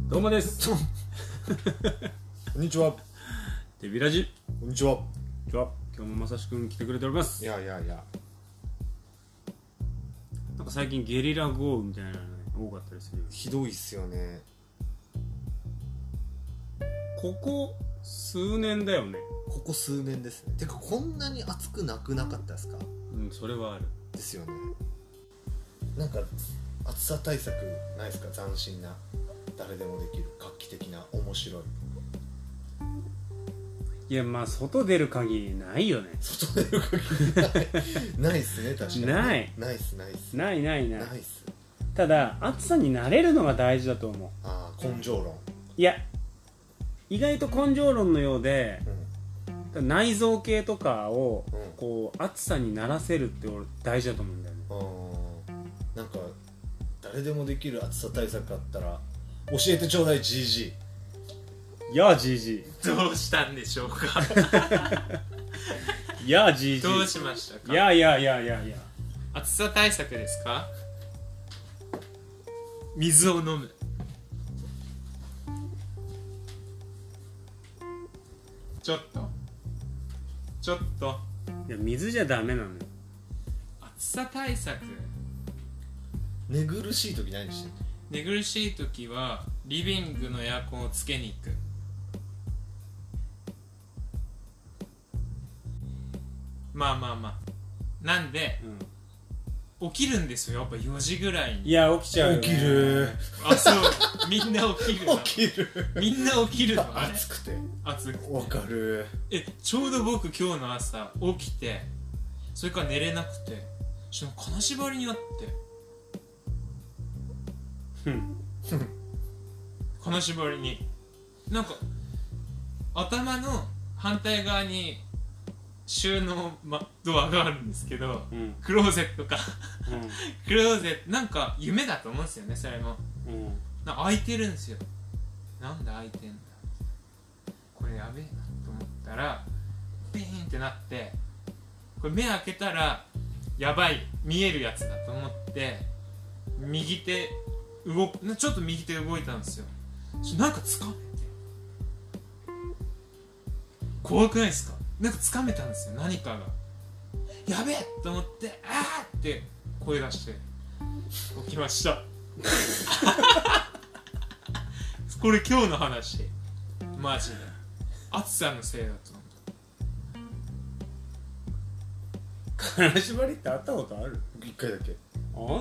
どうもですこんにちは。 デビラジ。 こんにちは。 今日もまさしくん来てくれております。 いやなんか最近ゲリラ豪雨みたいなのが、ね、多かったりするよ。 ひどいっすよね。 ここ数年だよね。 ここ数年ですね。てかこんなに暑くなくなかったですか？ うん、それはある。 ですよね。なんか暑さ対策ないですか？斬新な、誰でもできる画期的な面白い。 いや、まあ外出る限りないよね。 外出る限りないっすね。確かにないっすないないっす。 ただ暑さに慣れるのが大事だと思う。 ああ、根性論。 いや、意外と根性論のようで、内臓系とかをこう暑さに慣らせるって俺大事だと思うんだよね。 なんか誰でもできる暑さ対策あったら教えてちょうだい。 GG。 いや GG。 どうしたんでしょうかいや GG。 どうしましたか？ いや暑さ対策ですか？水を飲む。ちょっといや、水じゃダメなのよ。 暑さ対策。 寝苦しい時何してんの？ 寝苦しい時はリビングのエアコンをつけに行く。まあなんで、起きるんですよ、やっぱ4時ぐらいに。 いや、起きちゃうよね。 起きる。 あ、そう、みんな起きるの。 起きる。 みんな起きるのあれ。 暑くて暑くて。 わかる。 ちょうど僕今日の朝起きて、それから寝れなくて、ちょっと金縛りにあって金縛りになんか頭の反対側に収納、ドアがあるんですけど、クローゼットかクローゼット、なんか夢だと思うんですよね、それも。なんか開いてるんですよ。なんで開いてんだ、これやべえなと思ったらビーンってなって、これ目開けたらやばい、見えるやつだと思って右手ちょっと右手動いたんですよ。なんか掴めて、怖くないですか？なんか掴めたんですよ、何かが。やべえと思ってあーって声出して起きましたこれ今日の話、マジで暑さのせいだと思う。 金縛りってあったことある？ 一回だけ。 あんの？ はい。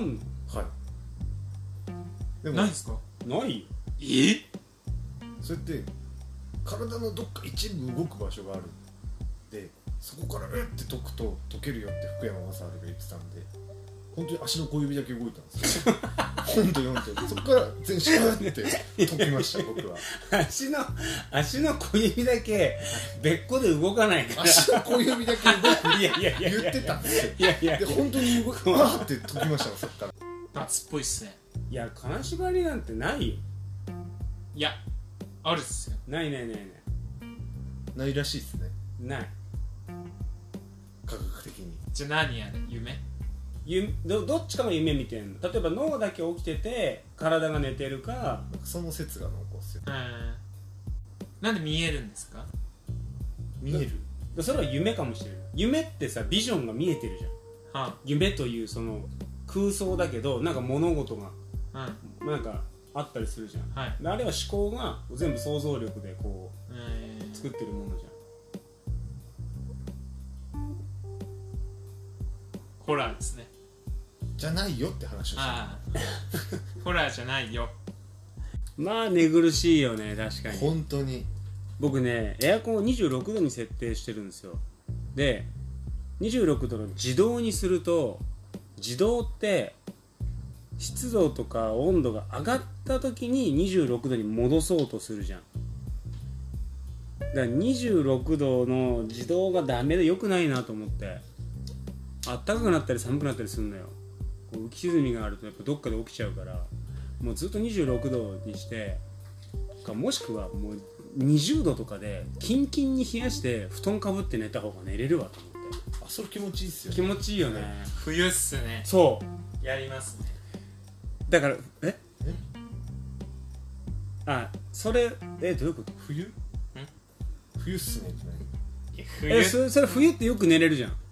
でもないですか？ ないよ。 それって体のどっか一部動く場所があるで、そこからって解くと解けるよって福山雅治が言ってたんで、本当に足の小指だけ動いたんですよ本当そこから全身って解きました僕は。 足の小指だけ別個で動かないから。 足の小指だけ動くいや言ってたんですよ。 いやで本当に動くわーって解きましたそっから。 夏っぽいっすね。 いや、金縛りなんてないよ。 いや、あるっすよ。 ないないらしいですね、 ない科学的に。 じゃあ何やる？ どっちかが夢見てんの。例えば脳だけ起きてて体が寝てるか。 その説が濃厚っすよ。 なんで見えるんですか？ 見える？ それは夢かもしれない。夢ってさ、ビジョンが見えてるじゃん。夢というその空想だけど、なんか物事がなんかあったりするじゃん、あれは思考が全部想像力でこう作ってるものじゃん。 ホラーですね。 じゃないよって話をしたホラーじゃないよ。 まあ寝苦しいよね、確かに。 本当に。 僕ね、エアコンを26度に設定してるんですよ。で26度の自動にすると、自動って湿度とか温度が上がった時に26度に戻そうとするじゃん。だから26度の自動がダメで、良くないなと思って。あったかくなったり寒くなったりするのよ。こう浮き沈みがあるとやっぱどっかで起きちゃうから、もうずっと26度にして、もしくはもう20度とかでキンキンに冷やして布団かぶって寝た方が寝れるわと思って。 それ気持ちいいっすよね。 気持ちいいよね。 冬っすね。 そうやりますね。 だからあ、それどういうこと？ 冬っすねって冬それ冬ってよく寝れるじゃん。 何？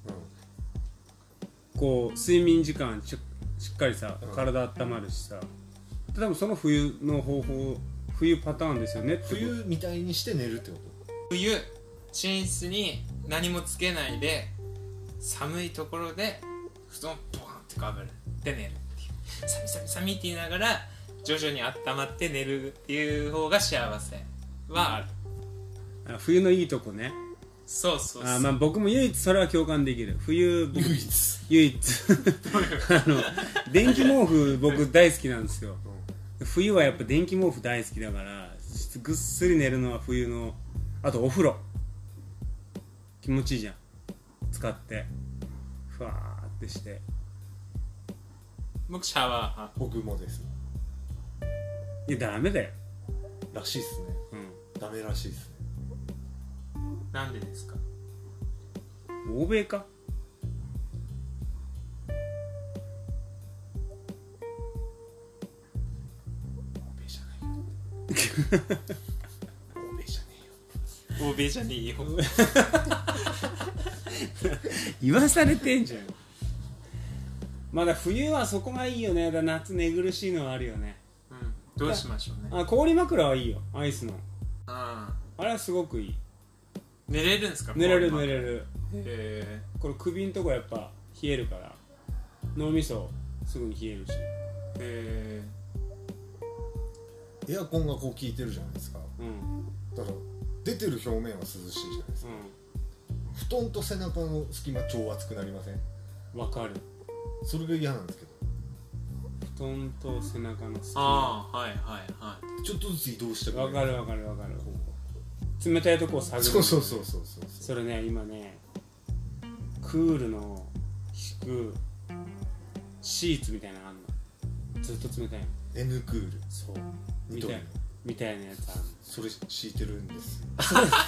こう睡眠時間しっかりさ、体温まるしさ、多分その冬の方法、冬パターンですよねってこと。 冬みたいにして寝るってこと？ 冬寝室に何もつけないで寒いところで布団ボワンってかぶるで寝るっていう、寒い寒い寒いって言いながら徐々に温まって寝るっていう方が幸せはある。 あ、冬のいいとこね。 そうそうそう。 あ、まあ僕も唯一それは共感できる。冬僕唯一電気毛布僕大好きなんですよ。冬はやっぱ電気毛布大好きだから、ぐっすり寝るのは冬の。あとお風呂気持ちいいじゃん、使ってふわーってして。 僕シャワー派。 僕もです。 いやダメだよ。 らしいっすね。ダメらしいっすね。 なんでですか？ 欧米か。 欧米じゃないよ。欧米じゃねえよ。 欧米じゃねえよ言わされてんじゃん。まだ冬はそこがいいよね。だ夏寝苦しいのはあるよね。 どうしましょうね。 あ、氷枕はいいよ、アイスの。 あれはすごくいい。 寝れるんですか？ 寝れる寝れる。 へこれ首んとこやっぱ冷えるから脳みそすぐに冷えるし。 えエアコンがこう効いてるじゃないですか。 うんだから出てる表面は涼しいじゃないですか。布団と背中の隙間超熱くなりません？ わかる。 それが嫌なんですけど。 布団と背中の隙間。 ああ、はいはいはちょっとずつ移動してくれる。 わかるわかるわかる。冷たいとこを探る。 そうそうそう。 それね、今ねクールの引くシーツみたいなのあんの。ずっと冷たいの。 N クール。 そうニトリのみたいなやつあるの。 それ敷いてるんですよ。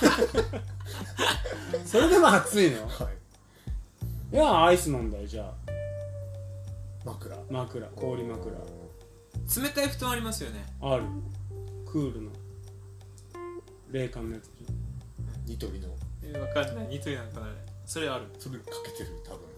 それでも暑いの？ はいいやアイスなんだよ。じゃあ枕氷枕い。冷たい布団ありますよね。 ある。クールの冷感のやつ。 ニトリのわかんない。ニトリなんかあれ。それある。 それかけてる多分。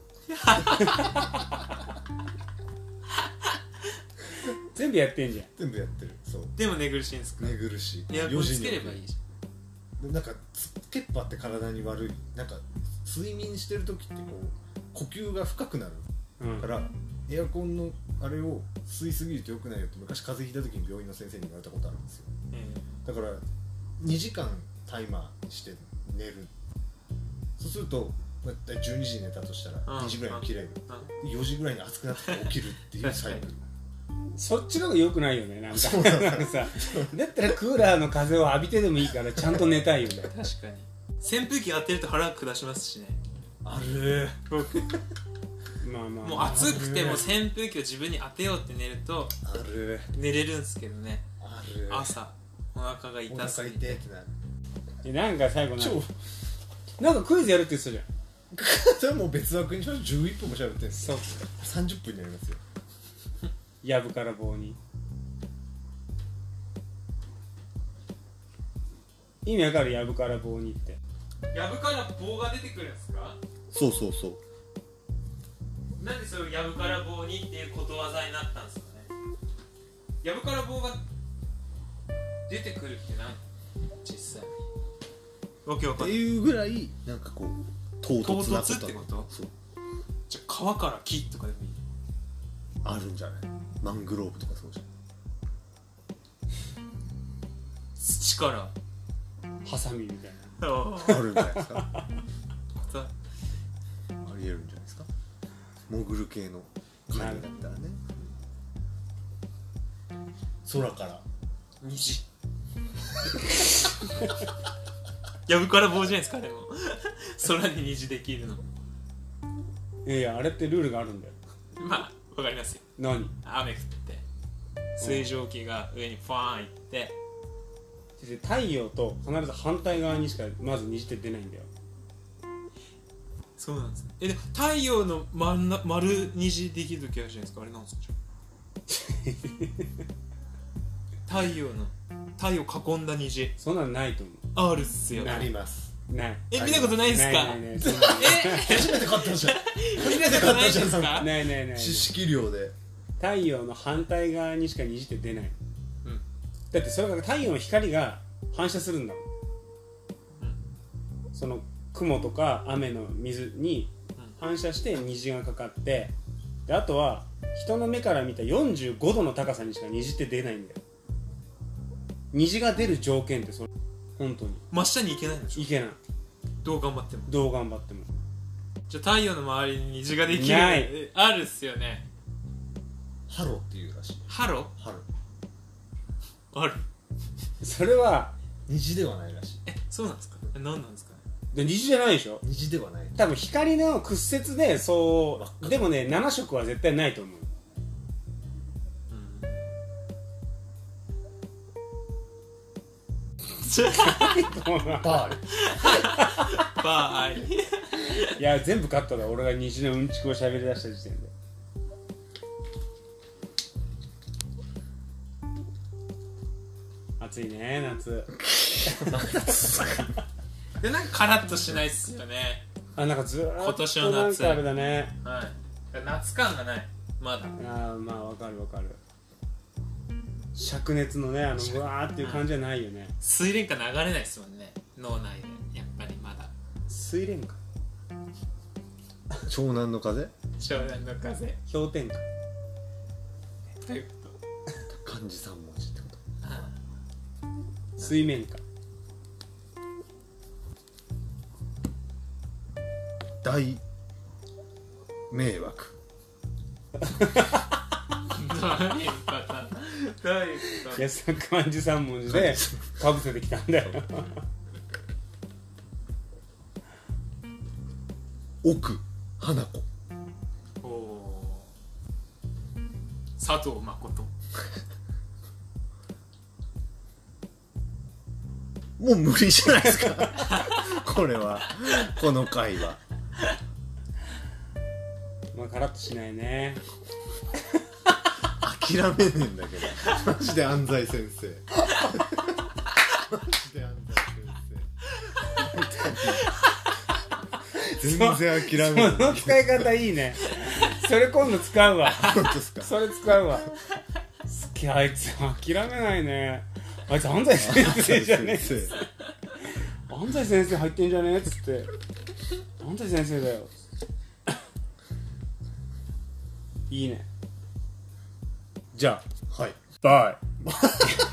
全部やってんじゃん。 全部やってる。そうでも寝苦しいんですか？ 寝苦しい。 エアコンつければいいじなんかつけっぱって体に悪い。なんか睡眠してる時ってこう呼吸が深くなるうんから、エアコンのあれを吸いすぎると良くないよって昔風邪ひいた時に病院の先生に言われたことあるんですよ。 ゃん。 だから2時間タイマーにして寝る。そうするとだいたい12時に寝たとしたら2時ぐらいに切れる。4時ぐらいに暑くなって起きるっていうサイクル。 そっちの方が良くないよね。なんかさだったらクーラーの風を浴びてでもいいからちゃんと寝たいよね。 確かに。扇風機当てると腹下しますしね。 あるまあまあ、 もう暑くても扇風機を自分に当てようって寝るとある寝れるんですけどね。 ある朝お腹がお腹痛すぎて。 痛いってなる。 なんか最後超なんかクイズやるって言ってたじゃん。 それはもう別枠にしましょう。11分も喋ってんですそうよ。30分になりますよ。 やぶから棒に。意味わかる？やぶから棒にって。 やぶから棒が出てくるんですか？ そうそうそう。 なんでそれをやぶから棒にっていうことわざになったんですかね。やぶから棒が出てくるって何？実際わけわかんない。 っていうぐらいなんかこう唐突なこと。 唐突ってこと？ そうじゃあ川から木とかでもいい？ あるんじゃない？マングローブとかそうじゃん。 土からハサミみたいな。 あるんじゃないですか。ありえるんじゃないですか。モグル系のカニだったらね。空から虹やぶから棒じゃないですか。でも空に虹できるの。 いやあれってルールがあるんだよ。 まあわかりますよ。 何？ 雨降って水蒸気が上にファーンいって、 太陽と必ず反対側にしかまず虹って出ないんだよ。 そうなんですね。で太陽の丸虹できる時あるじゃないですか。あれなんですか？ 太陽囲んだ虹そんなのないと思あるっすよ。 あります。 う。ない。 見たことないんすか？ ないそんなの初めて買ったじゃん。 見たことないんですか？ ない知識量で。 太陽の反対側にしか虹って出ない、 うん、 だってそれが太陽の光が反射するんだもん、その雲とか雨の水に反射して虹がかかって、であとは人の目から見た45度の高さにしか虹って出ないんだよ。虹が出る条件ってそれ本当に真下に行けないんでしょ？ いけない。 どう頑張っても。 どう頑張っても。 じゃあ太陽の周りに虹ができるないあるっすよね。 ハロっていうらしい。 ハロ？ ハロ。 ある。 それは虹ではないらしい。 そうなんですか？何なんですかね？ で虹じゃないでしょ。 虹ではない。 多分光の屈折でそうでもね7色は絶対ないと思う。 バール。 バーイ。 いや全部カットだ。俺が虹のうんちくを喋り出した時点で。暑いね夏。 でなんかカラッとしないっすよね。 あなんかずーっと今年の夏なんかあれだね。 はい。夏感がないまだ。 あまあわかる。灼熱のねうわーっていう感じじゃないよね。 水蓮花流れないっすもんね脳内で。やっぱりまだ水蓮花湘南の風。 湘南の風。 氷点下というこ漢字3文字ってこと。 水面下大迷惑。 どういうこといや漢字3文字でかぶせてきたんだよ。 奥花子。 おお佐藤誠。 もう無理じゃないですか。これはこの回はまあカラッとしないね。 諦めねえんだけど。マジで安西先生。マジで安西先生。全然諦めない。 その使い方いいね。それ今度使うわ。 本当ですか。 それ使うわ。すっげえあいつ諦めないね。あいつ安西先生じゃねえ。安西先生入ってんじゃねえっつって安西先生だよ。いいね。じゃあはい。 バイ